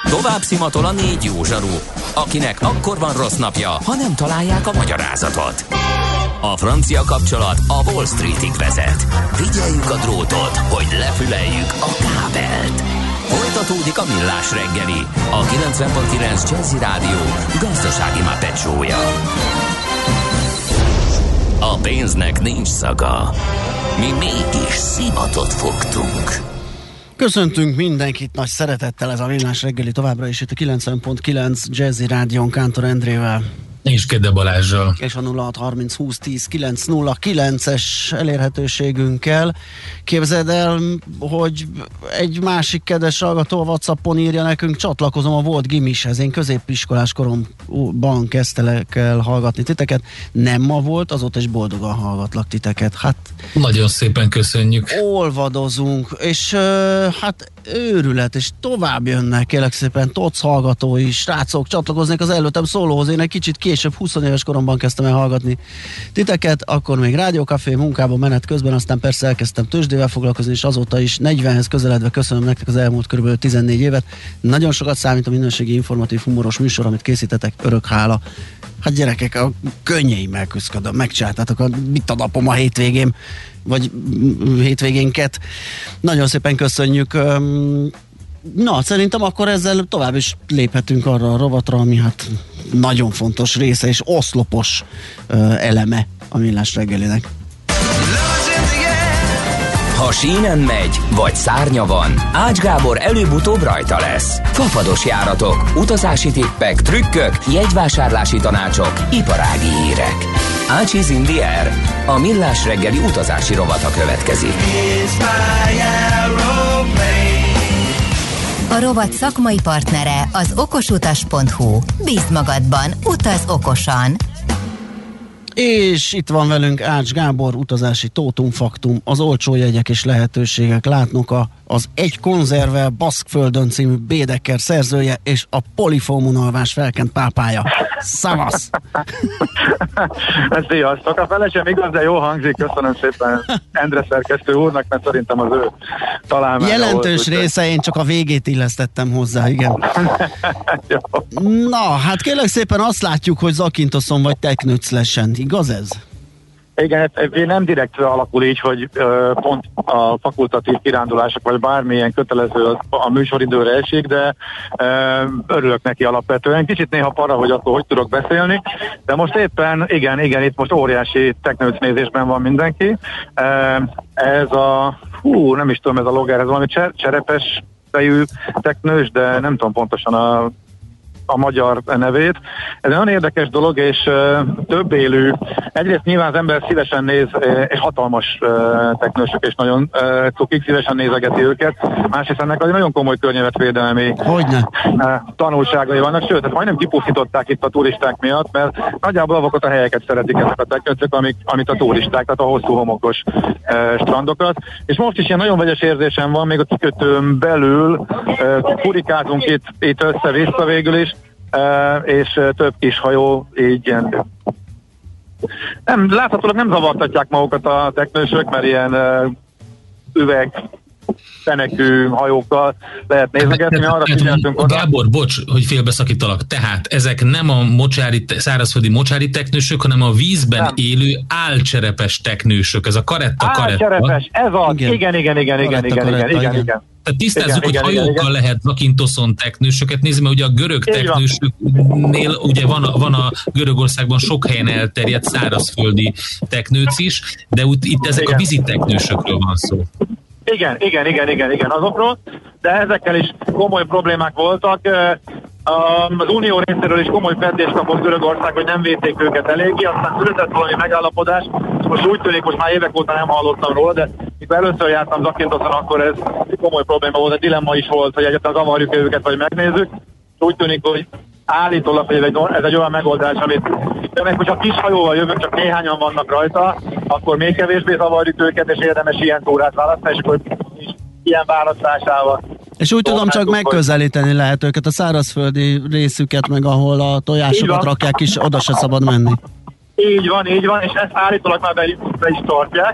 Tovább szimatol a 4 jó zsaru, akinek akkor van rossz napja, ha nem találják a magyarázatot. A francia kapcsolat a Wall Streetig vezet. Figyeljük a drótot, hogy lefüleljük a kábelt. Folytatódik a Millás reggeli, a 90.9 Jazzy Rádió gazdasági mápecsója. A pénznek nincs szaga. Mi mégis szimatot fogtunk. Köszöntünk mindenkit nagy szeretettel, ez a Millás reggeli továbbra is itt a 90.9 Jazzy Rádión Kántor Endrével. És Kede Balázsral. És a 0630 20 10 909-es elérhetőségünkkel. Képzeld el, hogy egy másik kedves hallgató a WhatsAppon írja nekünk, csatlakozom a volt gimishez. Én középiskolás koromban kezdtelek el hallgatni titeket. Nem ma volt, azóta is boldogan hallgatlak titeket. Hát nagyon szépen köszönjük. Olvadozunk, és hát őrület, és tovább jönnek, kérlek szépen, TOC hallgatói, srácok, csatlakoznék az előttem szólóhoz. Én egy kicsit később, 20 éves koromban kezdtem el hallgatni titeket, akkor még rádiókafé, munkában, menet közben, aztán persze elkezdtem tőzsdével foglalkozni, és azóta is 40-hez közeledve köszönöm nektek az elmúlt kb. 14 évet. Nagyon sokat számít a minőségi, informatív, humoros műsor, amit készítetek, örök hála. Hát gyerekek, a könnyeimmel küzdködöm, megcsináltátok a napom a hétvégén, vagy hétvégénket. Nagyon szépen köszönjük. Na, szerintem akkor ezzel tovább is léphetünk arra a rovatra, ami hát nagyon fontos része és oszlopos eleme a Millás reggelinek. Ha sínen megy, vagy szárnya van, Ács Gábor előbb-utóbb rajta lesz. Fafados járatok, utazási tippek, trükkök, jegyvásárlási tanácsok, iparági hírek. Ácsiz in the air. A Millás reggeli utazási rovata következik. A rovat szakmai partnere az okosutas.hu. Bízd magadban, utaz okosan! És itt van velünk Ács Gábor, utazási tótum-faktum, az olcsó jegyek és lehetőségek látnok, az Egy konzervvel Baszkföldön című Bédeker szerzője, és a polifómunalvás felkent pápája. Szavasz! Sziasztok! A fele sem igaz, de jó hangzik, köszönöm szépen Endre szerkesztő úrnak, mert szerintem az ő találmánya jelentős volt, része, én csak a végét illesztettem hozzá, igen. Na, hát kérlek szépen azt látjuk, hogy Zakynthosson vagy Teknőclesen, igaz ez? Igen, nem direkt alakul így, hogy pont a fakultatív kirándulások, vagy bármilyen kötelező a műsoridőre esik, de örülök neki alapvetően. Kicsit néha para, hogy akkor hogy tudok beszélni, de most éppen, igen, itt most óriási teknőc nézésben van mindenki. Ez a, nem is tudom, ez a logger, ez valami cserepes fejű teknős, de nem tudom pontosan a magyar nevét. Ez egy nagyon érdekes dolog, és több élő. Egyrészt nyilván az ember szívesen néz, és hatalmas teknősök, és nagyon cukik, szívesen nézegeti őket. Másrészt ennek egy nagyon komoly környezetvédelmi tanulságai vannak, sőt, ezt majdnem kipusztították itt a turisták miatt, mert nagyjából azokat a helyeket szeretik ezek a teknőcök, amit a turisták, tehát a hosszú homokos strandokat. És most is ilyen nagyon vegyes érzésem van, még a kikötőn belül furikázunk itt össze-vissza végül is, és több kis hajó így ilyen. Láthatólag nem zavartatják magukat a teknősök, mert ilyen üveg fenekű hajókkal lehet nézegetni, mi arra figyeltünk oda. Gábor, bocs, hogy félbeszakítalak. Tehát ezek nem a szárazföldi mocsári teknősök, hanem a vízben élő álcserepes teknősök. Ez a karetta. Álcserepes, ez az. Igen. Tehát tisztázzuk, hogy hajókkal lehet Zakynthosson teknősöket nézni, mert ugye a görög teknősöknél ugye van a Görögországban sok helyen elterjedt szárazföldi teknőc is, de itt ezek a vízi teknősökről van szó. Igen, azokról, de ezekkel is komoly problémák voltak. Az Unió részéről is komoly feddést kapott Görögország, hogy nem védték őket eléggé, aztán született valami megállapodás, most úgy tűnik, most már évek óta nem hallottam róla, de mikor először jártam Zakynthosson, akkor ez komoly probléma volt, egy dilemma is volt, hogy egyáltalán zavarjuk őket, vagy megnézzük. Úgy tűnik, hogy állítólag, hogy ez egy olyan megoldás, amit hogyha kis hajóval jövünk, csak néhányan vannak rajta, akkor még kevésbé zavarjuk őket, és érdemes ilyen túrát választani, és akkor ilyen választásával. És úgy tudom, csak megközelíteni lehet őket, a szárazföldi részüket, meg ahol a tojásokat rakják is, oda se szabad menni. Így van, és ezt állítólag már be is tartják.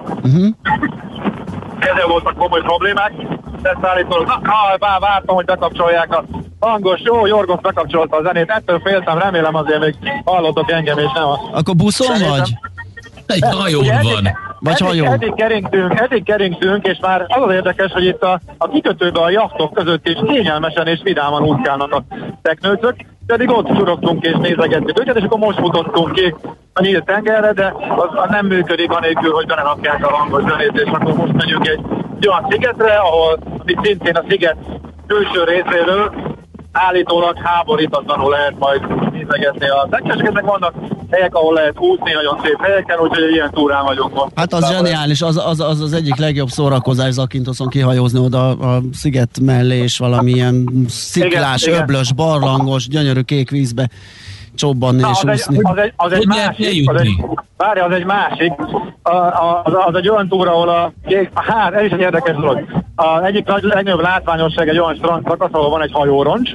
Ezzel voltak komoly problémák, ezt állítólag, vártam, hogy bekapcsolják a hangos, jó, Jorgos bekapcsolta a zenét, ettől féltem, remélem azért még hallottok engem, és nem a... Akkor buszon vagy? Egy hajón van. Vagy hajón? Eddig keringtünk, és már az érdekes, hogy itt a kikötőben a jachtok között is kényelmesen és vidáman úszkálnak a teknőcök, pedig ott surogtunk és nézegettük őket, és akkor most futottunk ki a nyílt tengerre, de az nem működik anélkül, hogy belerakják a hangos zenét, és akkor most megyünk egy olyan szigetre, ahol szintén a sziget külső részéről állítólag háborítatlanul lehet majd nézegetni a tekneseket, meg vannak helyek, ahol lehet úszni, nagyon szép helyeken, úgyhogy egy ilyen túrán vagyunk most. Hát az zseniális, az egyik legjobb szórakozás Zakynthos-on kihajózni oda a sziget mellé, és valamilyen sziklás, igen, öblös, barlangos, gyönyörű kék vízbe csobbanni és úszni. Az egy másik. Az egy másik. Az egy olyan túra, ahol ez is egy érdekes dolog. Egyik legnagyobb látványosság egy olyan strandszakasz, ahol van egy hajóroncs.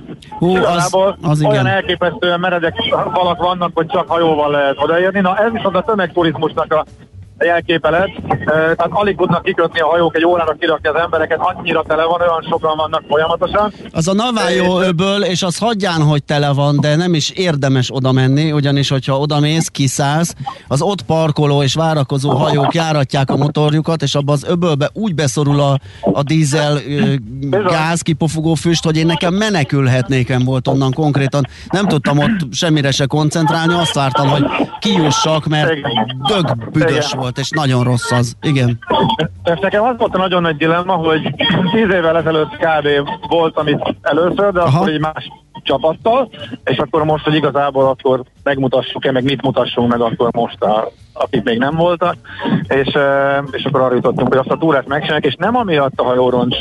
Az olyan elképesztően meredek falak vannak, hogy csak hajóval lehet odaérni. Na ez viszont a tömegturizmusnak a jelképe lett, tehát alig tudnak kikötni a hajók, egy órára kirakni az embereket, annyira tele van, olyan sokan vannak folyamatosan. Az a Navajo öböl, és az hagyján, hogy tele van, de nem is érdemes oda menni, ugyanis hogyha odamész, kiszállsz, az ott parkoló és várakozó hajók járatják a motorjukat, és abban az öbölbe úgy beszorul a dízel gáz kipufogó füst, hogy én nekem menekülhetnékem volt onnan konkrétan. Nem tudtam ott semmire se koncentrálni, azt vártam, hogy kijussak, mert dögbüdös volt, és nagyon rossz az. Igen. Nekem az volt a nagyon nagy dilemma, hogy 10 évvel ezelőtt kb. Voltam itt először, de akkor egy más csapattal, és akkor most, hogy igazából akkor megmutassuk-e, meg mit mutassunk meg akkor most, akik még nem voltak, és akkor arra jutottunk, hogy azt a túrát megcsinálják, és nem amiatt a hajóroncs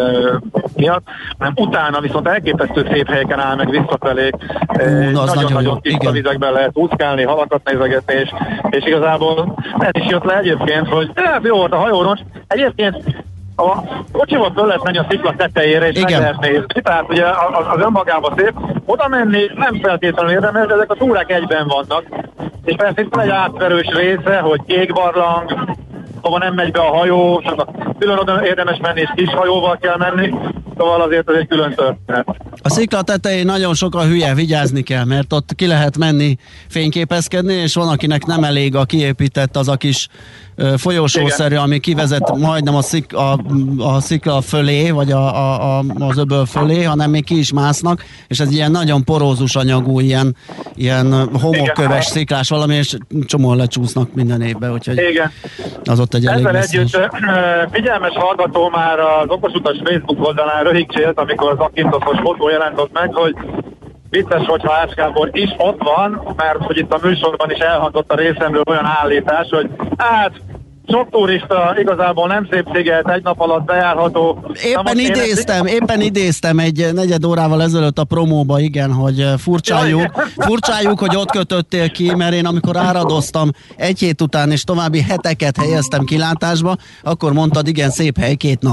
miatt, hanem utána viszont elképesztő szép helyeken áll meg visszafelé. Nagyon-nagyon tiszta vizekben lehet úszkálni, halakat nézegetni, és igazából ez is jött le egyébként, hogy jó volt a hajóroncs. Egyébként a kocsival föl lehet menni a szikla tetejére, és meg lehet nézni. Tehát ugye az önmagában szép. Oda menni nem feltétlenül érdemes, de ezek a túrák egyben vannak. És persze itt van egy átverős része, hogy kék barlang, ahol nem megy be a hajó, csak külön oda érdemes menni, és kis hajóval kell menni. Szóval azért ez egy külön történet. A szikla tetején nagyon sok a hülye, vigyázni kell, mert ott ki lehet menni fényképezkedni, és van, akinek nem elég a kiépített az a kis folyosószerű, ami kivezet majdnem a szikla fölé, vagy az öböl fölé, hanem még ki is másznak, és ez ilyen nagyon porózus anyagú, ilyen homokköves sziklás valami, és csomóan lecsúsznak minden évben, úgyhogy az ott egy elég együtt figyelmes hallgató már az Okosutas Facebook oldalán röhigcsélt, amikor az Zakynthos-os fotó jelent ott meg, hogy vicces, hogyha Ács Gábor is ott van, mert hogy itt a műsorban is elhangzott a részemről olyan állítás, hogy sok turista, igazából nem szép sziget, egy nap alatt bejárható. Éppen idéztem egy negyed órával ezelőtt a promóba, igen, hogy furcsáljuk, hogy ott kötöttél ki, mert én amikor áradoztam egy hét után és további heteket helyeztem kilátásba, akkor mondtad, igen, szép hely, 2 nap.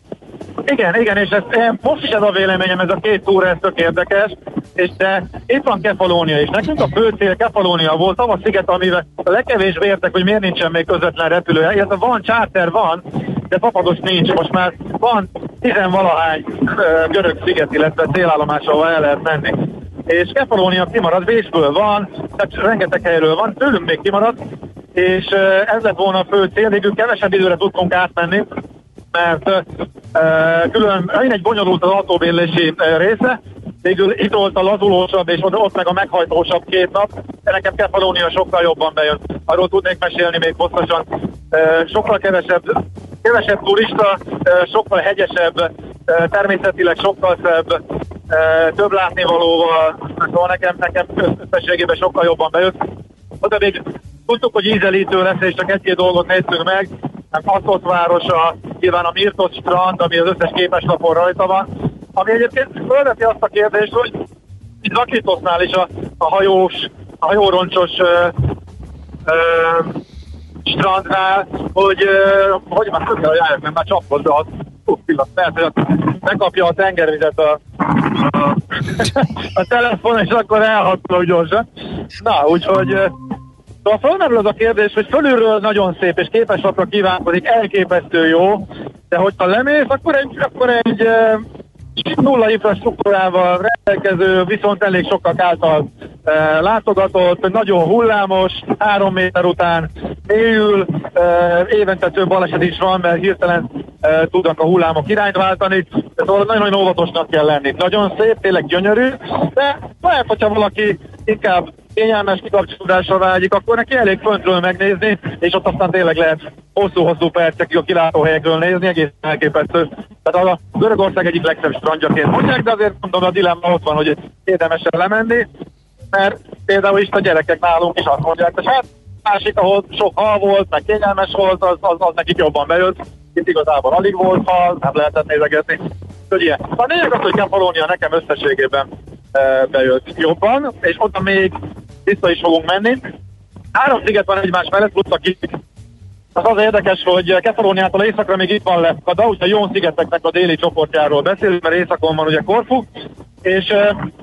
Igen, és most is ez a véleményem, ez a 2 túra, ez tök érdekes, és de itt van Kefalónia, és nekünk a fő cél Kefalónia volt, az a sziget, amivel a legkevésbé értek, hogy miért nincsen még közvetlen repülőhely, illetve van, charter van, de Papados nincs, most már van 10-valahány görög sziget, illetve célállomás, ahol el lehet menni. És Kefalónia kimarad, Vésből van, tehát rengeteg helyről van, tőlünk még kimarad, és ez lett volna a fő cél, végül kevesebb időre tudtunk átmenni, mert külön egy bonyolult az autóbérlési része, végül itt volt a lazulósabb, és ott meg a meghajtósabb 2 nap, de nekem Kefalónia sokkal jobban bejön. Arról tudnék mesélni még hosszasan. Sokkal kevesebb turista, sokkal hegyesebb, természetileg sokkal szebb, több látnivalóval, szóval nekem összességében sokkal jobban bejött. Oda még tudtuk, hogy ízelítő lesz, és csak 1-2 dolgot néztünk meg. Asztott városa, nyilván a Myrtos strand, ami az összes képeslapon rajta van, ami egyébként fölveti azt a kérdést, hogy itt Zakynthosnál is a hajóroncsos strandnál, hogy már többé a jájak, mert már csapod, de persze, megkapja a tengervizet a telefon, és akkor elhatolok gyorsan. Na, úgyhogy szóval fölmerül az a kérdés, hogy fölülről nagyon szép, és képeslapra kívánkozik, elképesztő jó, de hogyha lemész, akkor egy nulla infrastruktúrával rendelkező, viszont elég sokak által látogatott, nagyon hullámos, 3 méter után mélyül, évente több baleset is van, mert hirtelen tudnak a hullámok irányt váltani, szóval nagyon-nagyon óvatosnak kell lenni. Nagyon szép, tényleg gyönyörű, de lehet, hogyha valaki inkább kényelmes kikapcsolódásra vágyik, akkor neki elég föntről megnézni, és ott aztán tényleg lehet hosszú-hosszú percekig a kilátóhelyekről nézni, egész elképesztő. Tehát a Görögország egyik legszebb strandjaként mondják, de azért mondom, a dilemma ott van, hogy érdemesen lemenni, mert például is a gyerekek nálunk is azt mondják, hogy hát másik, ahol sok hal volt, meg kényelmes volt, az nekik jobban bejött. Itt igazából alig volt hal, nem lehetett nézegetni. Ugye, a lényeg az, hogy Kefalonia nekem összességében bejött jobban, és oda még vissza is fogunk menni. 3 sziget van egymás mellett, plusz a kicsit. Az érdekes, hogy Kefaloniától északra még itt van Lefkada, úgyhogy a Jón-szigeteknek a déli csoportjáról beszélünk, mert északon van ugye Korfu, és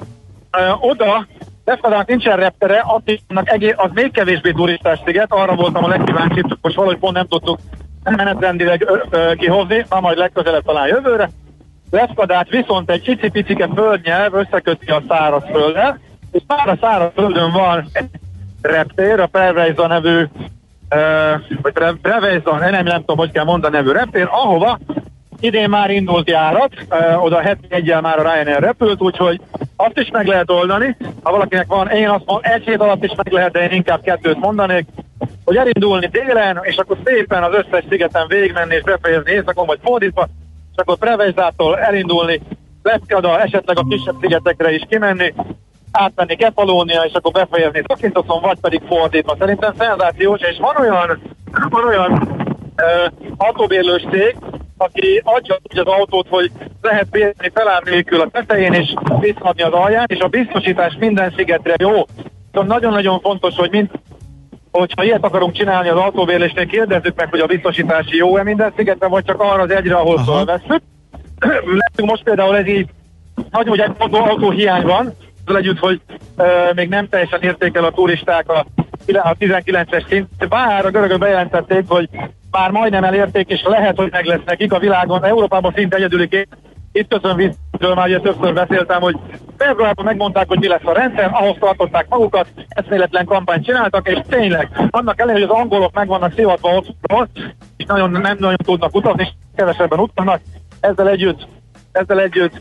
oda Lefkadának nincsen reptere, az még kevésbé turistás sziget, arra voltam a legkíváncsibb, most valahogy pont nem tudtuk menetrendileg kihozni, majd legközelebb talán jövőre. Lefkadát viszont egy icipicike földnyelv összeköti a szárazfölddel, és már a szárazföldön van egy reptér, a Preveza nevű, vagy Preveza, nem tudom, hogy kell mondani nevű reptér, ahova idén már indult járat, oda 71-jel már a Ryanair repült, úgyhogy azt is meg lehet oldani. Ha valakinek van, én azt mondom, 1 hét alatt is meg lehet, de én inkább 2-t mondanék, hogy elindulni délen, és akkor szépen az összes szigeten végigmenni és befejezni északon, vagy fordítva, és akkor Prevezától elindulni, Lefkada, esetleg a kisebb szigetekre is kimenni, átmenni Kefalonia, és akkor befejezni Zakyntoson, vagy pedig fordítva. Szerintem szenzációs, és van olyan autóbérlős cég, aki adja az autót, hogy lehet bérni feláll nélkül a tetején, és visszadni az alján, és a biztosítás minden szigetre jó. Szóval nagyon-nagyon fontos, hogy hogyha ilyet akarunk csinálni az autóbérlésnél, kérdezzük meg, hogy a biztosítási jó-e minden szigetre, vagy csak arra az egyre, ahol fölvesszük. Most például ez így, hogy egy autó hiány van, együtt, hogy még nem teljesen érték el a turisták a 19-es szint, bár a görögök bejelentették, hogy már majdnem elérték, és lehet, hogy meg lesz nekik a világon, Európában szinte egyedüliként. Itt köszön visszről, már ugye többször beszéltem, hogy februárban megmondták, hogy mi lesz a rendszer, ahhoz tartották magukat, eszméletlen kampányt csináltak, és tényleg, annak ellenére, hogy az angolok meg vannak szivatva otthonról, és nem nagyon tudnak utazni, és kevesebben utaznak, ezzel együtt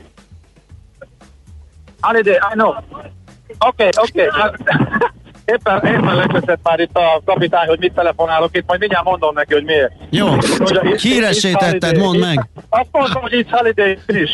Holiday, I know. Oké. Éppen leköszött már itt a kapitány, hogy mit telefonálok itt, majd mindjárt mondom neki, hogy miért. Jó, híressé tetted, mondd meg. Azt mondtam, hogy itt holiday is.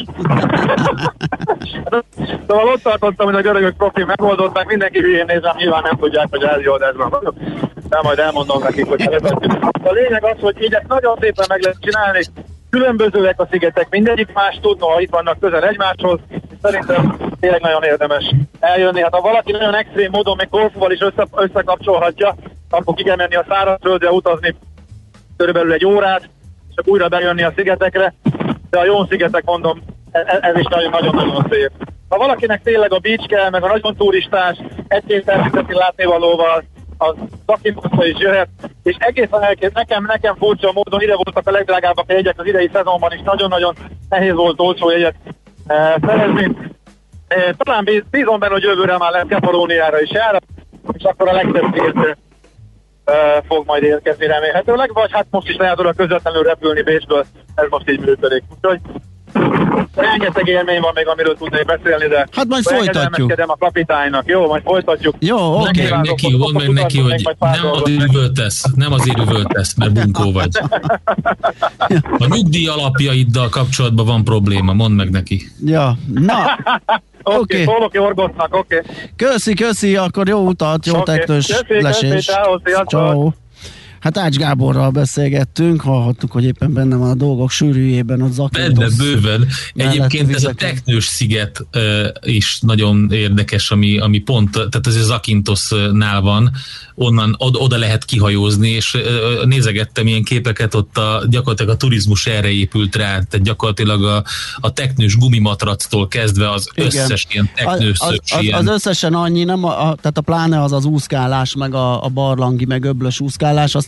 Szóval ott tartottam, hogy a görögök profi megoldották, mindenki hülyén nézem, nyilván nem tudják, hogy ez jó, de ez van. De majd elmondom nekik, hogy a lényeg az, hogy így ezt nagyon szépen meg lehet csinálni. Különbözőek a szigetek, mindegyik más tudna, ha itt vannak közel egymáshoz, szerintem tényleg nagyon érdemes eljönni. Hát ha valaki nagyon extrém módon még Korfuval is összekapcsolhatja, akkor ki kell menni a szárazföldre, utazni körülbelül 1 órát, és akkor újra bejönni a szigetekre, de a Jón-szigetek, mondom, ez is nagyon-nagyon szép. Ha valakinek tényleg a beach kell, meg a nagyon turistás, 1-2 természeti látnivalóval, az Zakyntoszra is jöhet, és egészen nekem furcsa módon ide voltak a legdrágábbak a jegyek az idei szezonban is, nagyon-nagyon nehéz volt olcsó jegyet szerezni. Talán bízom benne, hogy jövőre már lesz Kefaloniára is jár, és akkor a legtöbb pénzt fog majd érkezni remélhetőleg, vagy hát most is lehet oda közvetlenül repülni Bécsből, ez most így működik. Úgyhogy rengeteg élmény van még, amiről tudnék beszélni, de hát majd folytatjuk. A kapitánynak. Jó, majd folytatjuk. Jó, oké. Mondd meg neki, hogy nem azért üvöltesz, mert bunkó vagy. A nyugdíj alapjaiddal kapcsolatban van probléma, mondd meg neki. Ja, na. Oké, szólok Jorgotnak, oké. Köszi, akkor jó utat, jó teknős lesés. Ciao. Hát Ács Gáborral beszélgettünk, hallhattuk, hogy éppen benne van a dolgok sűrűjében, a Zakyntosz. Bőven. Egyébként ez a teknős sziget is nagyon érdekes, ami pont, tehát ez a Zakyntosznál van, onnan oda lehet kihajózni, és nézegettem ilyen képeket, ott gyakorlatilag a turizmus erre épült rá, tehát gyakorlatilag a teknős gumimatractól kezdve az összes ilyen teknős az összesen annyi, nem tehát a pláne az úszkálás, meg a barlangi, meg öblös úszkálás, azt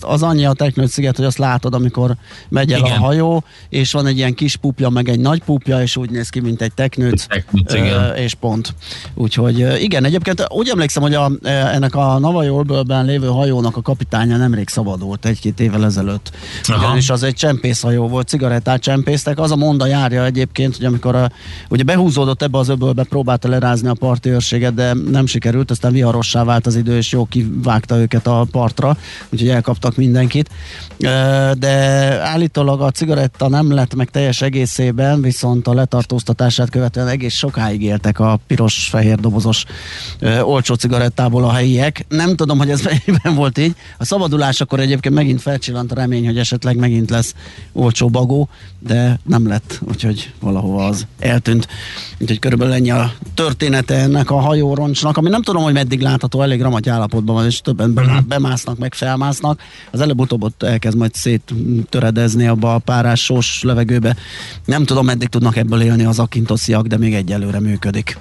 az annyi a Teknőd-sziget, hogy azt látod, amikor megy el a hajó, és van egy ilyen kis pupja, meg egy nagy pupja, és úgy néz ki, mint egy Teknőd, és pont. Úgyhogy igen, egyébként úgy emlékszem, hogy ennek a Navajo-öbölben lévő hajónak a kapitánya nemrég szabadult 1-2 évvel ezelőtt. Ugyanis az egy csempészhajó volt, cigarettát csempésztek. Az a monda járja egyébként, hogy amikor ugye behúzódott ebbe az öbölbe, próbálta lerázni a parti őrséget, de nem sikerült, aztán viharossá vált az idő, és jó kivágta őket a partra, úgyhogy elkaptak mindenkit. De állítólag a cigaretta nem lett meg teljes egészében, viszont a letartóztatását követően egész sokáig éltek a piros-fehér dobozos olcsó cigarettából a helyiek. Nem tudom, hogy ez mennyiben volt így. A szabadulásakor egyébként megint felcsillant a remény, hogy esetleg megint lesz olcsó bagó, de nem lett, úgyhogy valahova az eltűnt. Úgyhogy körülbelül ennyi a története ennek a hajóroncsnak, ami nem tudom, hogy meddig látható, elég ramaty állapotban van, és többen bemásznak, meg felmásznak. Az előbb-utóbb ott elkezd majd széttöredezni abba a párás sós levegőbe. Nem tudom, meddig tudnak ebből élni az akintosziak, de még egyelőre működik.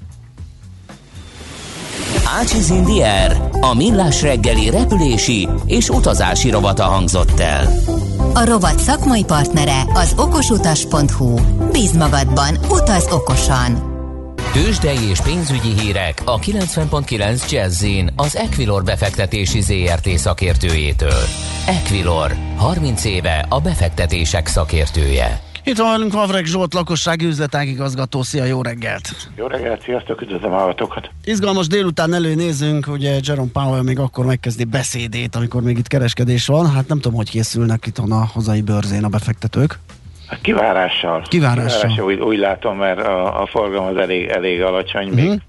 Ácsiz Indiér, a millás reggeli repülési és utazási rovata hangzott el. A rovat szakmai partnere az okosutas.hu. Bízz magadban, utazz okosan! Tőzsdei és pénzügyi hírek a 90.9 Jazzin az Equilor befektetési ZRT szakértőjétől. Equilor, 30 éve a befektetések szakértője. Itt van velünk Havreg Zsolt, lakossági üzletágigazgató. Szia, jó reggelt! Jó reggelt, sziasztok, üdvözlöm a hallgatókat! Izgalmas délután előnézünk, ugye Jerome Powell még akkor megkezdi beszédét, amikor még itt kereskedés van. Hát nem tudom, hogy készülnek itt a hazai bőrzén a befektetők. Kivárással. Úgy látom, mert a forgalom az elég alacsony, még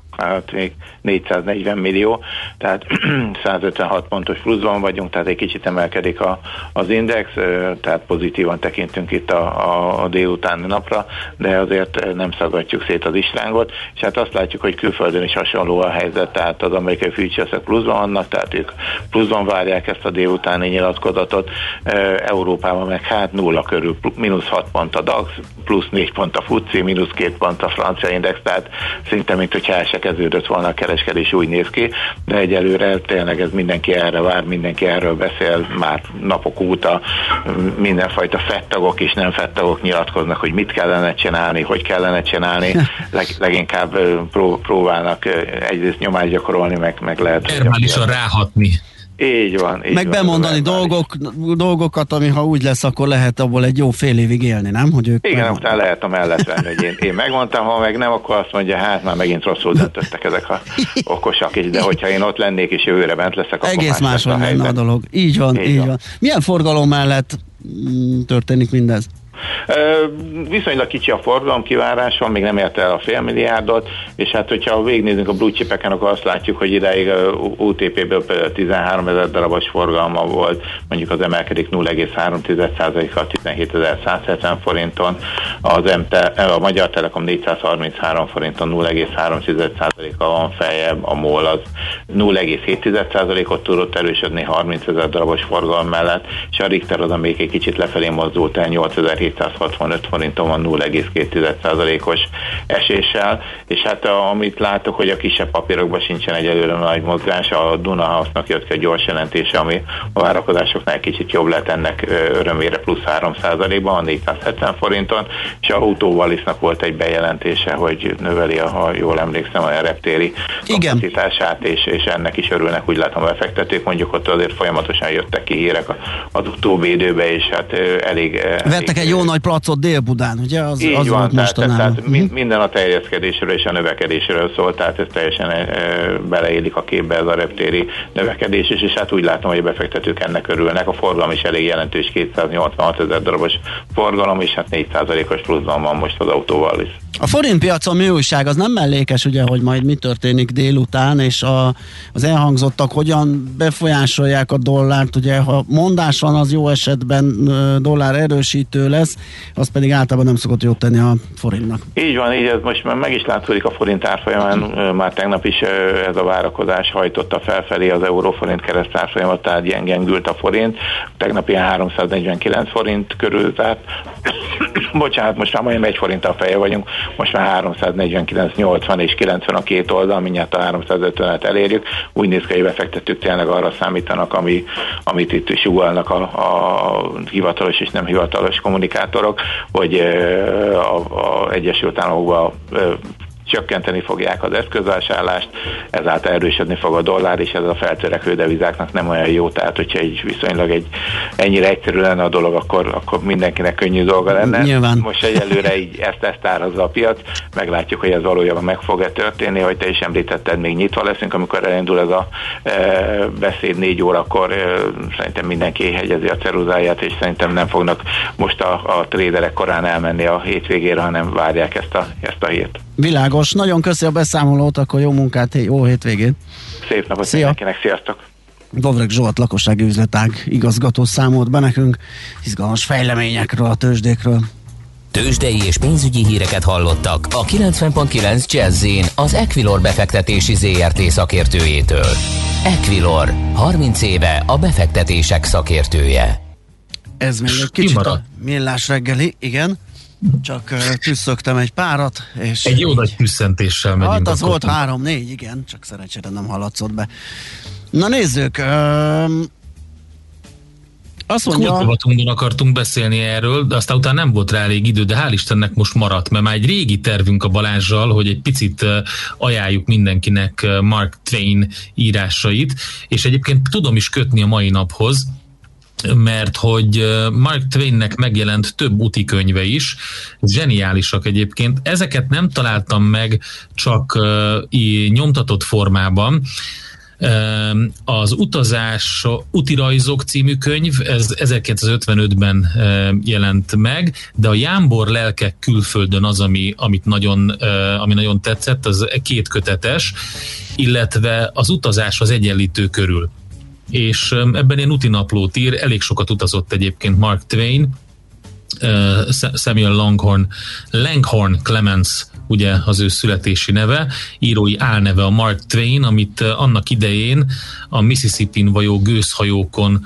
440 millió, tehát 156 pontos pluszban vagyunk, tehát egy kicsit emelkedik az index, tehát pozitívan tekintünk itt a délutáni napra, de azért nem szaggatjuk szét az istrángot, és hát azt látjuk, hogy külföldön is hasonló a helyzet, tehát az amerikai futures-ek pluszban vannak, tehát ők pluszban várják ezt a délutáni nyilatkozatot, Európában meg hát 0 körül, -6 pont a DAX, +4 pont a FTSE, -2 pont a francia index, tehát szinte mint hogyha el se kezdődött volna a kereskedés, úgy néz ki, de egyelőre tényleg ez mindenki erre vár, mindenki erről beszél már napok óta, mindenfajta fettagok és nem fettagok nyilatkoznak, hogy mit kellene csinálni, hogy kellene csinálni, leginkább próbálnak egyrészt nyomást gyakorolni, meg lehet termálisan ráhatni. Így van. Meg van, bemondani dolgokat, ami ha úgy lesz, akkor lehet abból egy jó fél évig élni, nem? Hogy ők igen, utána lehet a mellett venni, hogy én megmondtam, ha meg nem, akkor azt mondja, hát már megint rosszul döntöttek ezek a okosak is, de hogyha én ott lennék és jövőre bent leszek, akkor egész máshogy lenne a dolog. Így van. Milyen forgalom mellett történik mindez? Viszonylag kicsi a forgalom, kivárás van, még nem érte el a $500 milliárdot, és hát hogyha végignézünk a blue chipeken, akkor azt látjuk, hogy idáig OTP-ből például 13 000 darabos forgalma volt, mondjuk az emelkedik 0,3%-kal 17.170 forinton, a Magyar Telekom 433 forinton 0,3%-kal van feljebb, a MOL az 0,7%-ot tudott erősödni 30 000 darabos forgalom mellett, és a Richter az, még egy kicsit lefelé mozdult el 8.765 forinton van 0,2%-os eséssel, és hát amit látok, hogy a kisebb papírokban sincsen egyelőre nagy mozgás, a Duna House-nak jött ki a gyors jelentése, ami a várakozásoknál kicsit jobb lett, ennek örömére plusz 3%-ban, a 470 forinton, és a Autóvalisnak volt egy bejelentése, hogy növeli, ha jól emlékszem, a reptéri kapacitását, és ennek is örülnek, úgy látom, a befektetők, mondjuk ott azért folyamatosan jöttek ki hírek az utóbbi időben, és hát elég vettek egy jó nagy placot Dél-Budán, ugye? Az így van, volt mostanában. Tehát minden a terjeszkedésről és a növekedésről szól, tehát ez teljesen beleélik a képbe ez a reptéri növekedés, és hát úgy látom, hogy a befektetők ennek örülnek. A forgalom is elég jelentős, 286 000 darabos forgalom, és hát 4%-os pluszban van most az autóval is. A forintpiacon mi újság? Az nem mellékes, ugye, hogy majd mi történik délután, és az elhangzottak hogyan befolyásolják a dollárt, ugye, ha mondás van, az jó esetben dollár erősítő lesz, az pedig általában nem szokott jót tenni a forintnak. Így van, így ez most már meg is látszódik a forint árfolyamán, már tegnap is ez a várakozás hajtotta felfelé az euró-forint keresztárfolyamat, tehát gyengengült a forint, tegnap ilyen 349 forint körül zárt, bocsánat, most már majdnem 1 forinttal feje vagyunk, most már 349,80 és 90 a két oldal, mindjárt a 350-et elérjük. Úgy néz ki, hogy befektetők tényleg arra számítanak, amit itt is ugalnak a hivatalos és nem hivatalos kommunikátorok, hogy a Egyesült Államokban csökkenteni fogják az eszközvásárlást, ezáltal erősödni fog a dollár, és ez a feltörekvő devizáknak nem olyan jó, tehát hogyha viszonylag ennyire egyszerű lenne a dolog, akkor mindenkinek könnyű dolga lenne. Nyilván. Most egyelőre így ezt árazza a piac, meglátjuk, hogy ez valójában meg fog-e történni, hogy te is említetted, még nyitva leszünk, amikor elindul ez a beszéd 4 órakor, szerintem mindenki hegyezi a ceruzáját, és szerintem nem fognak most a tréderek korán elmenni a hétvégére, hanem várják ezt a hírt. Világos, nagyon köszi a beszámolót, akkor jó munkát, jó hétvégét. Szép napot mindenkinek, sziasztok! Dovreg Zsolt lakossági üzletág igazgató számolt be nekünk izgalmas fejleményekről, a tőzsdékről. Tőzsdei és pénzügyi híreket hallottak a 90.9 Jazz-in az Equilor befektetési ZRT szakértőjétől. Equilor, 30 éve a befektetések szakértője. Ez még egy kicsit a millás reggeli, igen. Csak tüsszögtem egy párat, és... Egy jó nagy tüsszentéssel megyünk. Hát az volt 3-4, igen, csak szerencsére nem hallatszott be. Na nézzük, azt mondja... Kultúrvatunkban akartunk beszélni erről, de aztán utána nem volt rá elég idő, de hál' Istennek most maradt, mert már egy régi tervünk a Balázssal, hogy egy picit ajánljuk mindenkinek Mark Twain írásait, és egyébként tudom is kötni a mai naphoz, mert hogy Mark Twainnek megjelent több úti könyve is, zseniálisak egyébként. Ezeket nem találtam meg csak nyomtatott formában. Az Utazás, Útirajzok című könyv, ez 1955-ben jelent meg, de a Jámbor lelkek külföldön az, ami nagyon tetszett, az 2 kötetes, illetve az Utazás az egyenlítő körül. És ebben ilyen útinaplót ír, elég sokat utazott egyébként Mark Twain, Samuel Langhorne Clemens, ugye az ő születési neve, írói álneve a Mark Twain, amit annak idején a Mississippi-n való gőzhajókon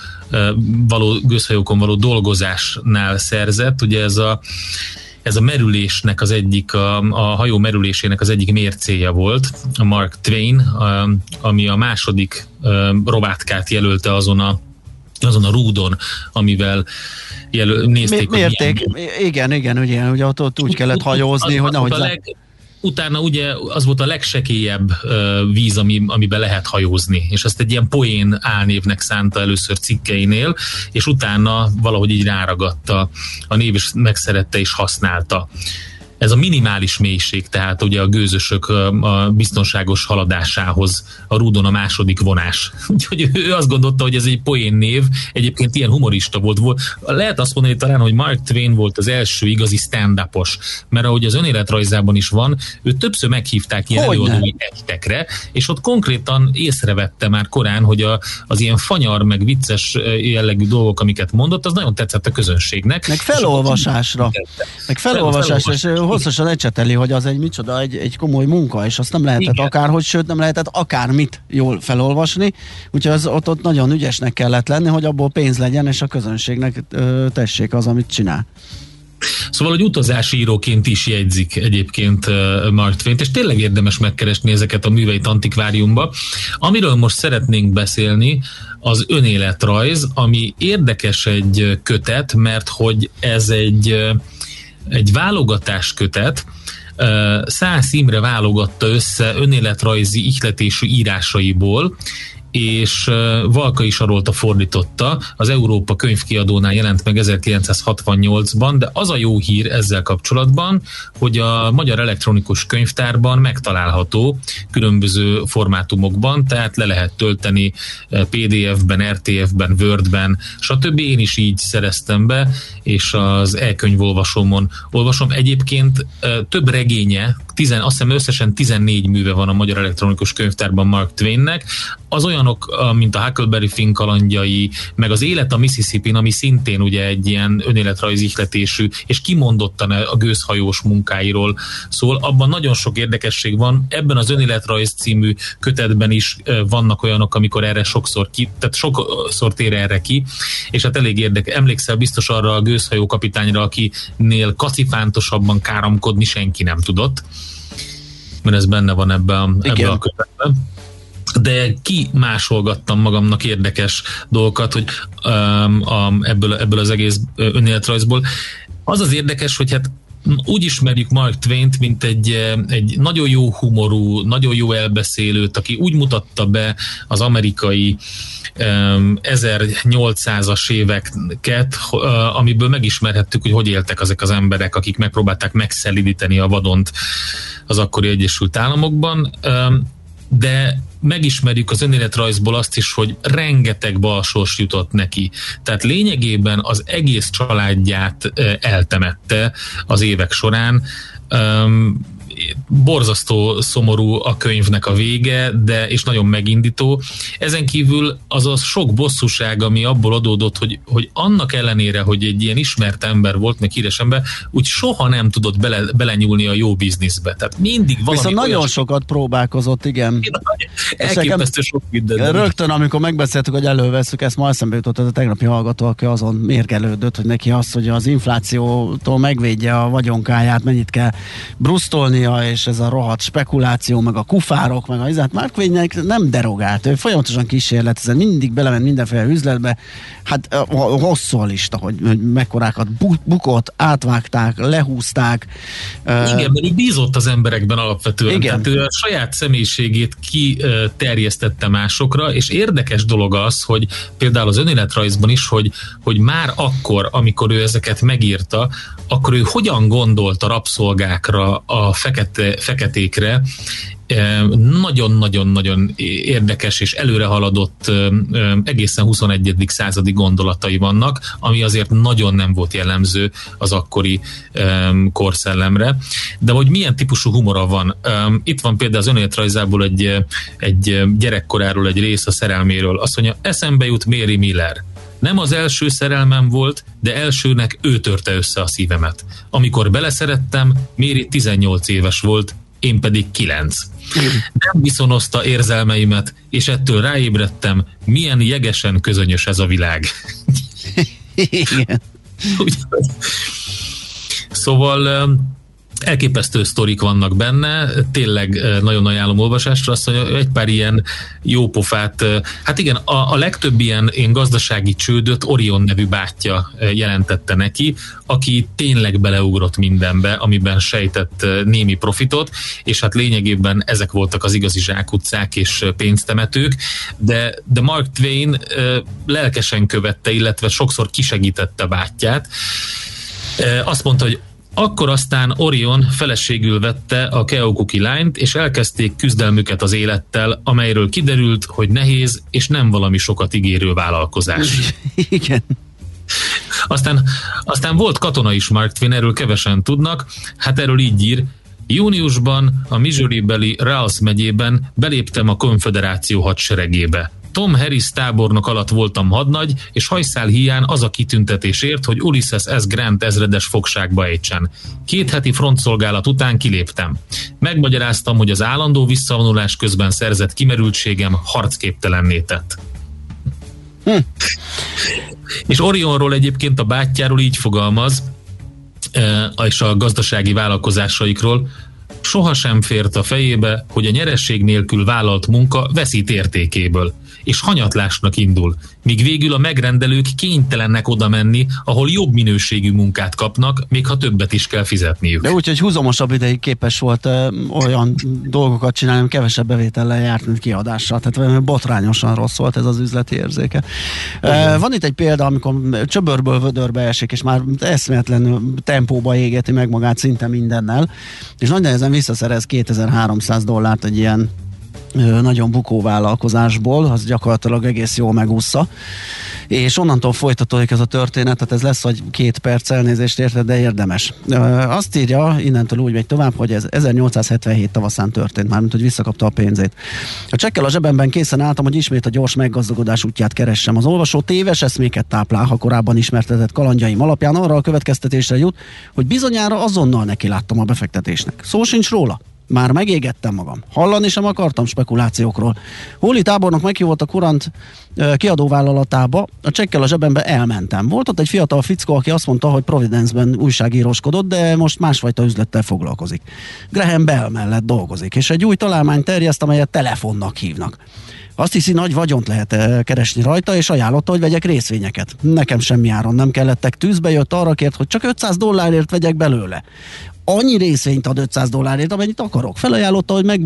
való dolgozásnál szerzett, ugye ez a merülésnek az egyik, a hajó merülésének az egyik mércéje volt, a Mark Twain, ami a második rovátkát jelölte azon a rúdon, amivel nézték, mérték. Igen, ugye ott úgy kellett hajózni, hogy nehogy... Utána ugye az volt a legsekélyebb víz, amiben lehet hajózni, és ezt egy ilyen poén álnévnek szánta először cikkeinél, és utána valahogy így ráragatta a név, és megszerette és használta. Ez a minimális mélység, tehát ugye a gőzösök a biztonságos haladásához a rúdon a második vonás. Úgyhogy ő azt gondolta, hogy ez egy poén név, egyébként ilyen humorista volt. Lehet azt mondani talán, hogy Mark Twain volt az első igazi stand-upos, mert ahogy az önéletrajzában is van, őt többször meghívták ilyen előadói estekre, és ott konkrétan észrevette már korán, hogy az ilyen fanyar, meg vicces jellegű dolgok, amiket mondott, az nagyon tetszett a közönségnek. Meg felolvasásra. És hosszasan ecseteli, hogy az egy micsoda, egy komoly munka, és azt nem lehetett akárhogy, sőt nem lehetett akármit jól felolvasni, úgyhogy ott nagyon ügyesnek kellett lenni, hogy abból pénz legyen, és a közönségnek tessék az, amit csinál. Szóval, hogy utazási íróként is jegyzik egyébként Mark Twain-t, és tényleg érdemes megkeresni ezeket a műveit antikváriumba. Amiről most szeretnénk beszélni, az önéletrajz, ami érdekes egy kötet, mert hogy ez egy válogatás kötet, 100 Imre válogatta össze önéletrajzi ihletésű írásaiból, és Valkai Sarolta fordította, az Európa könyvkiadónál jelent meg 1968-ban, de az a jó hír ezzel kapcsolatban, hogy a Magyar Elektronikus Könyvtárban megtalálható különböző formátumokban, tehát le lehet tölteni PDF-ben, RTF-ben, Word-ben, stb. Én is így szereztem be, és az e-könyvolvasómon olvasom. Egyébként több regénye, azt hiszem összesen 14 műve van a Magyar Elektronikus Könyvtárban Mark Twainnek, az olyan olyanok, mint a Huckleberry Finn kalandjai, meg az Élet a Mississippin, ami szintén ugye egy ilyen önéletrajzi ihletésű, és kimondottan a gőzhajós munkáiról szól. Abban nagyon sok érdekesség van. Ebben az Önéletrajz című kötetben is vannak olyanok, amikor erre sokszor tér erre ki, és hát elég érdekes. Emlékszel biztos arra a gőzhajó kapitányra, akinél kacifántosabban káromkodni senki nem tudott, mert ez benne van ebben a kötetben. De kimásolgattam magamnak érdekes dolgokat, hogy ebből az egész önéletrajzból. Az az érdekes, hogy hát úgy ismerjük Mark Twaint, mint egy nagyon jó humorú, nagyon jó elbeszélőt, aki úgy mutatta be az amerikai 1800-as éveket, amiből megismerhettük, hogy éltek ezek az emberek, akik megpróbálták megszelidíteni a vadont az akkori Egyesült Államokban, de megismerjük az önéletrajzból azt is, hogy rengeteg balsors jutott neki. Tehát lényegében az egész családját eltemette az évek során. Borzasztó szomorú a könyvnek a vége, és nagyon megindító. Ezen kívül az a sok bosszúság, ami abból adódott, hogy annak ellenére, hogy egy ilyen ismert ember volt, meg híres ember, úgy soha nem tudott belenyúlni a jó bizniszbe. Tehát mindig valami. Viszont nagyon sokat próbálkozott, igen. Elképesztő sok minden. Rögtön, amikor megbeszéltük, hogy elővesszük, ezt ma eszembe jutott az a tegnapi hallgató, aki azon mérgelődött, hogy neki az, hogy az inflációtól megvédje a vagyonkáját, mennyit kell brusztolnia, és ez a rohadt spekuláció, meg a kufárok, meg a izát, Mark Twainnek nem derogált. Ő folyamatosan kísérletezett, mindig belement mindenféle üzletbe. Hát hosszú a lista, hogy mekkorákat bukott, átvágták, lehúzták. Igen, mert ő bízott az emberekben alapvetően. Igen. Tehát ő a saját személyiségét kiterjesztette másokra, és érdekes dolog az, hogy például az önéletrajzban is, hogy már akkor, amikor ő ezeket megírta, akkor ő hogyan gondolt a rabszolgákra, a feketékre, nagyon-nagyon-nagyon érdekes és előrehaladott egészen 21. századi gondolatai vannak, ami azért nagyon nem volt jellemző az akkori korszellemre. De hogy milyen típusú humora van? Itt van például az önéletrajzából egy gyerekkoráról egy rész a szerelméről. Azt mondja, eszembe jut Mary Miller. Nem az első szerelmem volt, de elsőnek ő törte össze a szívemet. Amikor beleszerettem, Mary 18 éves volt, én pedig 9. Nem viszonozta érzelmeimet, és ettől ráébredtem, milyen jegesen közönyös ez a világ. Igen. Szóval elképesztő sztorik vannak benne, tényleg nagyon ajánlom olvasásra, azt mondja, egy pár ilyen jópofát, hát igen, a legtöbb ilyen gazdasági csődöt Orion nevű bátyja jelentette neki, aki tényleg beleugrott mindenbe, amiben sejtett némi profitot, és hát lényegében ezek voltak az igazi zsákutcák és pénztemetők, de Mark Twain lelkesen követte, illetve sokszor kisegítette bátyját. Azt mondta, hogy akkor aztán Orion feleségül vette a Keokuki lányt, és elkezdték küzdelmüket az élettel, amelyről kiderült, hogy nehéz és nem valami sokat ígérő vállalkozás. Igen. Aztán volt katona is Mark Twain, erről kevesen tudnak, hát erről így ír, júniusban a Missouri-beli Ralph megyében beléptem a konföderáció hadseregébe. Tom Harris tábornok alatt voltam hadnagy, és hajszál híján az a kitüntetés ért, hogy Ulysses S. Grant ezredes fogságba ejtsen. 2 heti frontszolgálat után kiléptem. Megmagyaráztam, hogy az állandó visszavonulás közben szerzett kimerültségem harcképtelenné tett. És Orionról egyébként a bátyjáról így fogalmaz, és a gazdasági vállalkozásaikról, sohasem fért a fejébe, hogy a nyeresség nélkül vállalt munka veszít értékéből, és hanyatlásnak indul, míg végül a megrendelők kénytelennek oda menni, ahol jobb minőségű munkát kapnak, még ha többet is kell fizetniük. De úgyhogy húzamosabb ideig képes volt olyan dolgokat csinálni, hogy kevesebb bevétellel járt, mint kiadással. Tehát botrányosan rossz volt ez az üzleti érzéke. Van itt egy példa, amikor csöbörből vödörbe esik, és már eszméletlen tempóba égeti meg magát szinte mindennel, és nagy nehezen visszaszerez $2300 egy ilyen nagyon bukó vállalkozásból, az gyakorlatilag egész jól megúszza, és onnantól folytatódik ez a történet, tehát ez lesz, hogy 2 perc, elnézést érte, de érdemes. Azt írja, innentől úgy megy tovább, hogy ez 1877 tavaszán történt, mármint, hogy visszakapta a pénzét. A csekkel a zsebemben készen álltam, hogy ismét a gyors meggazdagodás útját keressem. Az olvasó téves eszméket táplál, ha korábban ismertetett kalandjaim alapján arra a következtetésre jut, hogy bizonyára azonnal neki láttam a befektetésnek. Szó sincs róla. Már megégettem magam. Hallani sem akartam spekulációkról. Hóli tábornok meghívott a Kurant kiadóvállalatába, a csekkel a zsebembe elmentem. Volt ott egy fiatal fickó, aki azt mondta, hogy Providence-ben újságíróskodott, de most másfajta üzlettel foglalkozik. Graham Bell mellett dolgozik, és egy új találmányt terjeszt, amelyet telefonnak hívnak. Azt hiszi, nagy vagyont lehet keresni rajta, és ajánlotta, hogy vegyek részvényeket. Nekem semmi áron nem kellettek, tűzbe jött, arra kért, hogy csak $500 vegyek belőle. Annyi részvényt ad $500, amennyit akarok. Felajánlotta, hogy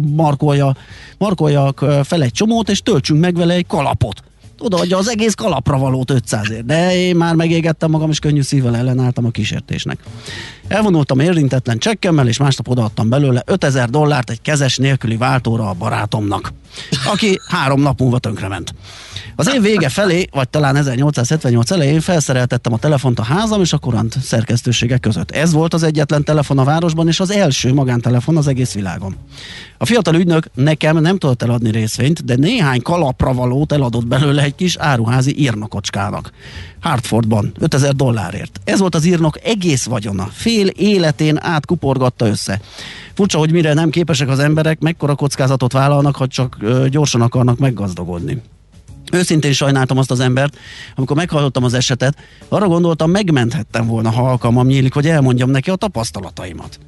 markoljak fel egy csomót, és töltsünk meg vele egy kalapot. Odaadja az egész kalapra valót 500-ért. De én már megégettem magam, és könnyű szívvel ellenálltam a kísértésnek. Elvonultam érintetlen csekkemmel, és másnap odaadtam belőle $5000 egy kezes nélküli váltóra a barátomnak, aki 3 nap múlva tönkrement. Az év vége felé, vagy talán 1878 elején felszereltettem a telefont a házam és a Kurant szerkesztősége között. Ez volt az egyetlen telefon a városban, és az első magántelefon az egész világon. A fiatal ügynök nekem nem tudott eladni részvényt, de néhány kalapra valót eladott belőle egy kis áruházi írnokocskának. Hartfordban $5000. Ez volt az írnok egész vagyona. Fél életén át kuporgatta össze. Furcsa, hogy mire nem képesek az emberek, mekkora kockázatot vállalnak, ha csak gyorsan akarnak meggazdagodni. Őszintén sajnáltam azt az embert, amikor meghallottam az esetet, arra gondoltam, megmenthettem volna, ha alkalmam nyílik, hogy elmondjam neki a tapasztalataimat.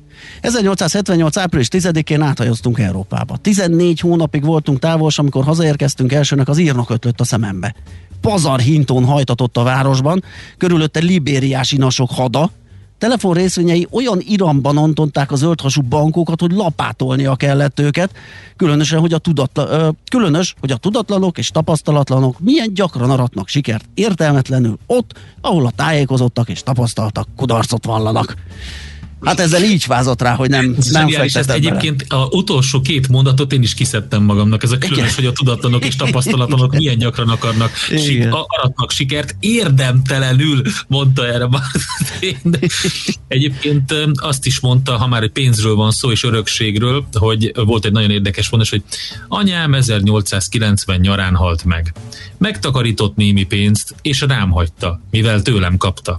1878. április 10-én áthajoztunk Európába. 14 hónapig voltunk távol, és amikor hazaérkeztünk elsőnek, az írnok ötlött a szemembe. Pazar hintón hajtatott a városban, körülötte libériás inasok hada, telefon részvényei olyan iramban ontották a zöldhasú bankokat, hogy lapátolnia kellett őket, különös, hogy a tudatlanok és tapasztalatlanok milyen gyakran aratnak sikert értelmetlenül ott, ahol a tájékozottak és tapasztaltak kudarcot vallanak. Hát ezzel így vázott rá, hogy nem fektetett egyébként az utolsó 2 mondatot én is kiszedtem magamnak. Ez a különös, hogy a tudatlanok és tapasztalatlanok milyen gyakran akarnak aratnak sikert. Érdemtelenül mondta erre már. Egyébként azt is mondta, ha már egy pénzről van szó és örökségről, hogy volt egy nagyon érdekes mondás, hogy anyám 1890 nyarán halt meg. Megtakarított némi pénzt, és rám hagyta, mivel tőlem kapta.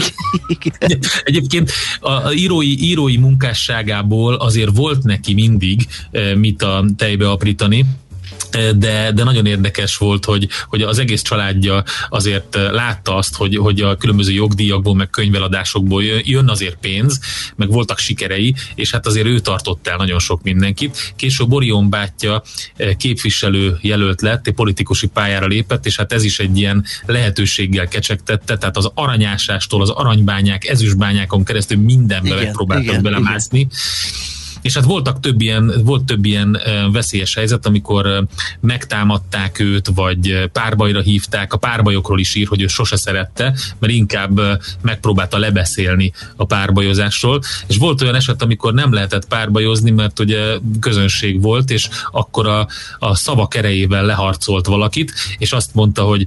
Egyébként a írói munkásságából azért volt neki mindig mit a tejbe aprítani, de nagyon érdekes volt, hogy az egész családja azért látta azt, hogy a különböző jogdíjakból, meg könyveladásokból jön azért pénz, meg voltak sikerei, és hát azért ő tartott el nagyon sok mindenkit. Később Orion bátyja képviselő jelölt lett, egy politikusi pályára lépett, és hát ez is egy ilyen lehetőséggel kecsegtette, tehát az aranyásástól az aranybányák, ezüstbányákon keresztül mindenbe megpróbáltak belemászni. Igen. És hát volt több ilyen veszélyes helyzet, amikor megtámadták őt, vagy párbajra hívták. A párbajokról is ír, hogy ő sose szerette, mert inkább megpróbálta lebeszélni a párbajozásról. És volt olyan eset, amikor nem lehetett párbajozni, mert ugye közönség volt, és akkor a szavak erejével leharcolt valakit, és azt mondta, hogy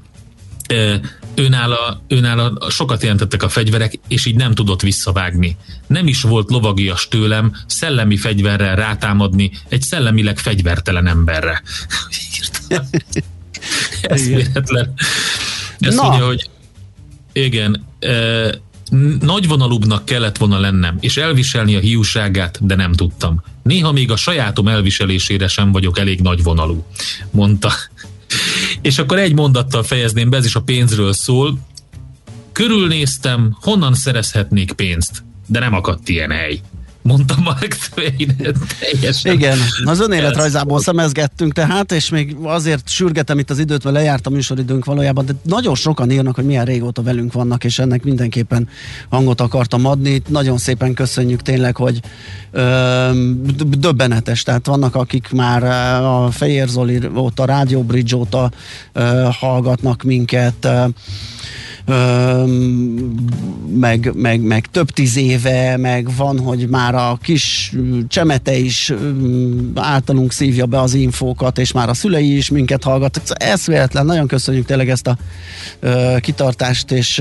őnála sokat jelentettek a fegyverek, és így nem tudott visszavágni. Nem is volt lovagias tőlem szellemi fegyverrel rátámadni egy szellemileg fegyvertelen emberre. Ez véletlen. Ezt mondja, hogy igen, nagyvonalúbbnak kellett volna lennem, és elviselni a hiúságát, de nem tudtam. Néha még a sajátom elviselésére sem vagyok elég nagyvonalú, mondta. És akkor egy mondattal fejezném be, ez is a pénzről szól. Körülnéztem, honnan szerezhetnék pénzt, de nem akadt ilyen hely. Mondtam Mark Twain, teljesen. Igen, az önéletrajzából szemezgettünk tehát, és még azért sürgetem itt az időt, mert lejárt a műsoridőnk valójában, de nagyon sokan írnak, hogy milyen régóta velünk vannak, és ennek mindenképpen hangot akartam adni. Nagyon szépen köszönjük tényleg, hogy döbbenetes, tehát vannak, akik már a Fejér Zoli óta, Radio Bridge óta hallgatnak minket, meg több 10 éve, meg van, hogy már a kis csemete is általunk szívja be az infókat, és már a szülei is minket hallgatnak. Ez véletlen, nagyon köszönjük tényleg ezt a kitartást, és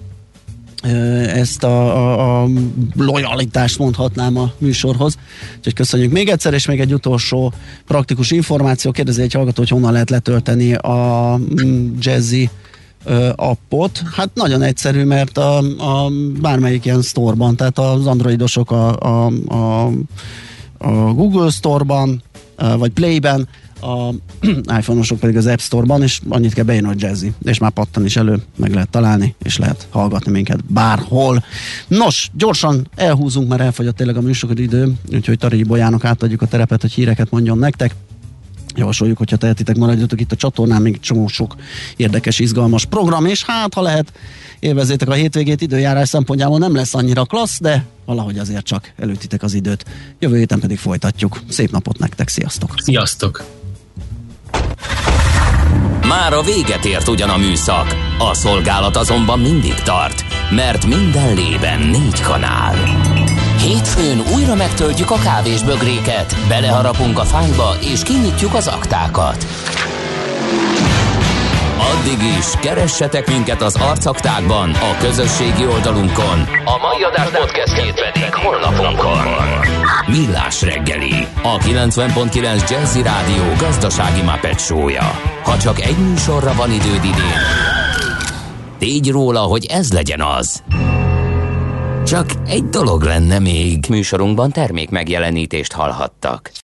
ezt a lojalitást mondhatnám a műsorhoz. Úgyhogy köszönjük még egyszer, és még egy utolsó praktikus információ. Kérdezi egy hallgató, hogy honnan lehet letölteni a Jazzy appot. Hát nagyon egyszerű, mert a bármelyik ilyen store-ban, tehát az androidosok a Google Store-ban, vagy Play-ben, a iPhone-osok pedig az App Store-ban, és annyit kell beírni, hogy Jazzy, és már pattan is elő, meg lehet találni, és lehet hallgatni minket bárhol. Nos, gyorsan elhúzunk, mert elfogyott tényleg a műsoridő, úgyhogy Tari Bolyának átadjuk a terepet, hogy híreket mondjon nektek. Javasoljuk, hogyha tehetitek, maradjatok itt a csatornán, még csomó sok érdekes, izgalmas program, és hát, ha lehet, élvezzétek a hétvégét, időjárás szempontjából nem lesz annyira klassz, de valahogy azért csak előttitek az időt. Jövő héten pedig folytatjuk. Szép napot nektek, sziasztok! Sziasztok! Már a véget ért ugyan a műszak, a szolgálat azonban mindig tart, mert minden lében 4 kanál. Hétfőn újra megtöltjük a kávésbögréket, beleharapunk a fányba és kinyitjuk az aktákat. Addig is keressetek minket az arcaktákban, a közösségi oldalunkon, a mai adás podcastjét pedig honlapunkon. Millás reggeli, a 90.9 Jazzy Rádió gazdasági Muppet show-ja. Ha csak egy műsorra van időd idén, tégy róla, hogy ez legyen az. Csak egy dolog lenne még. Műsorunkban termék megjelenítést hallhattak.